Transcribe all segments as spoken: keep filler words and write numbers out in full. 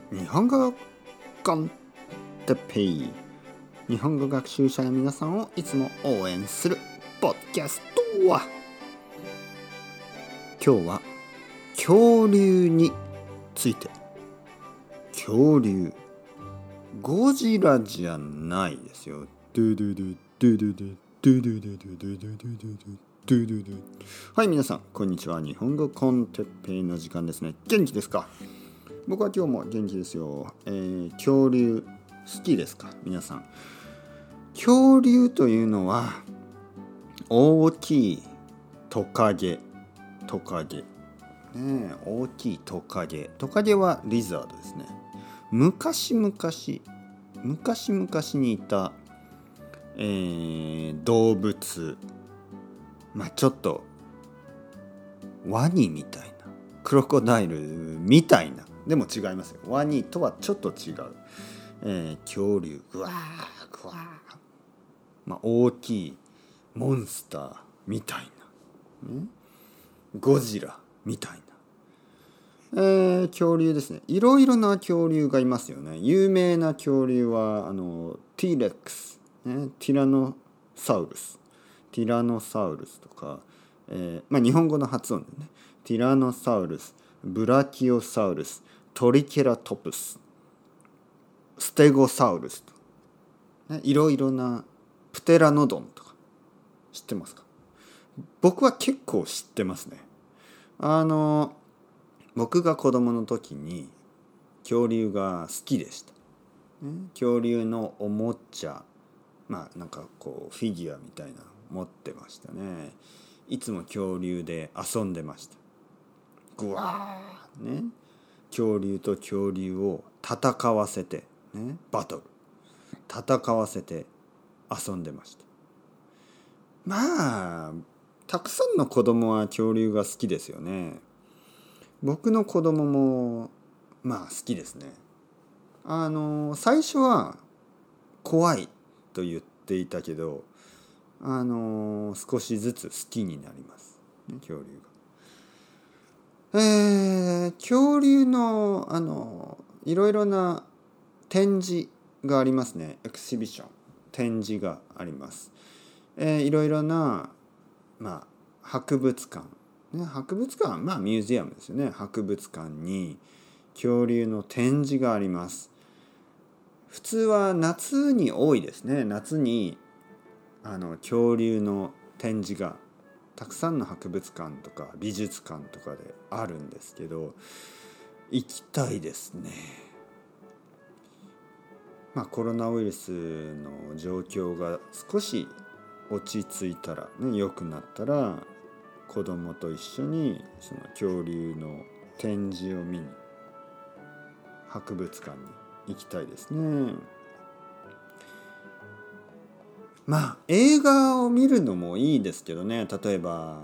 日本語コンテペイ、日本語学習者の皆さんをいつも応援するポッドキャストは、今日は恐竜について。恐竜、ゴジラじゃないですよ。ドゥドゥドゥドゥドゥドゥドゥドゥドゥドゥドゥドゥドゥドゥドゥドゥドゥ。はい、皆さんこんにちは。日本語コンテッペイの時間ですね。元気ですか？僕は今日も元気ですよ。えー、恐竜好きですか皆さん？恐竜というのは大きいトカゲトカゲ、ね、大きいトカゲトカゲはリザードですね。昔々昔々にいた、えー、動物、まあちょっとワニみたいな、クロコダイルみたいな、でも違いますよ。ワニとはちょっと違う、えー、恐竜、ぐわーぐわー、まあ、大きいモンスターみたいな、んゴジラみたいな、えー、恐竜ですね。いろいろな恐竜がいますよね。有名な恐竜はあの T レックス、ね、ティラノサウルスティラノサウルスとか、えーまあ、日本語の発音でね、ティラノサウルス、ブラキオサウルス、トリケラトプス、ステゴサウルスと、ね、いろいろな、プテラノドンとか知ってますか？僕は結構知ってますね。あの僕が子供の時に恐竜が好きでした、ね、恐竜のおもちゃ、まあなんかこうフィギュアみたいなの持ってましたね。いつも恐竜で遊んでました。ぐわーね、恐竜と恐竜を戦わせて、ね、バトル戦わせて遊んでました。まあたくさんの子供は恐竜が好きですよね。僕の子供もまあ好きですね。あの最初は怖いと言っていたけど、あの少しずつ好きになります、ね、恐竜が。えー、恐竜のあのいろいろな展示がありますね。エクシビション、展示があります。えー、いろいろな、まあ、博物館、ね、博物館、まあミュージアムですよね。博物館に恐竜の展示があります。普通は夏に多いですね。夏にあの恐竜の展示がたくさんの博物館とか美術館とかであるんですけど、行きたいですね。まあコロナウイルスの状況が少し落ち着いたらね、良くなったら子供と一緒にその恐竜の展示を見に博物館に行きたいですね。まあ映画を見るのもいいですけどね。例えば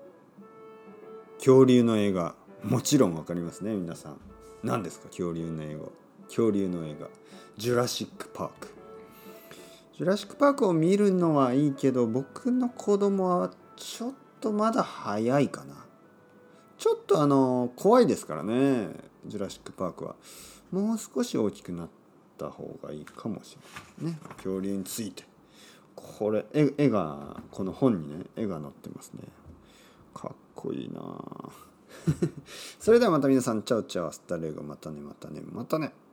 恐竜の映画、もちろんわかりますね皆さん。何ですか恐竜の映画？恐竜の映画、ジュラシックパーク。ジュラシックパークを見るのはいいけど、僕の子供はちょっとまだ早いかな。ちょっとあの怖いですからね、ジュラシックパークは。もう少し大きくなった方がいいかもしれないね。恐竜についてこれ 絵, 絵がこの本にね、絵が載ってますね。かっこいいなそれではまた皆さん、チャオチャオ、スタレゴ、またねまたねまたね。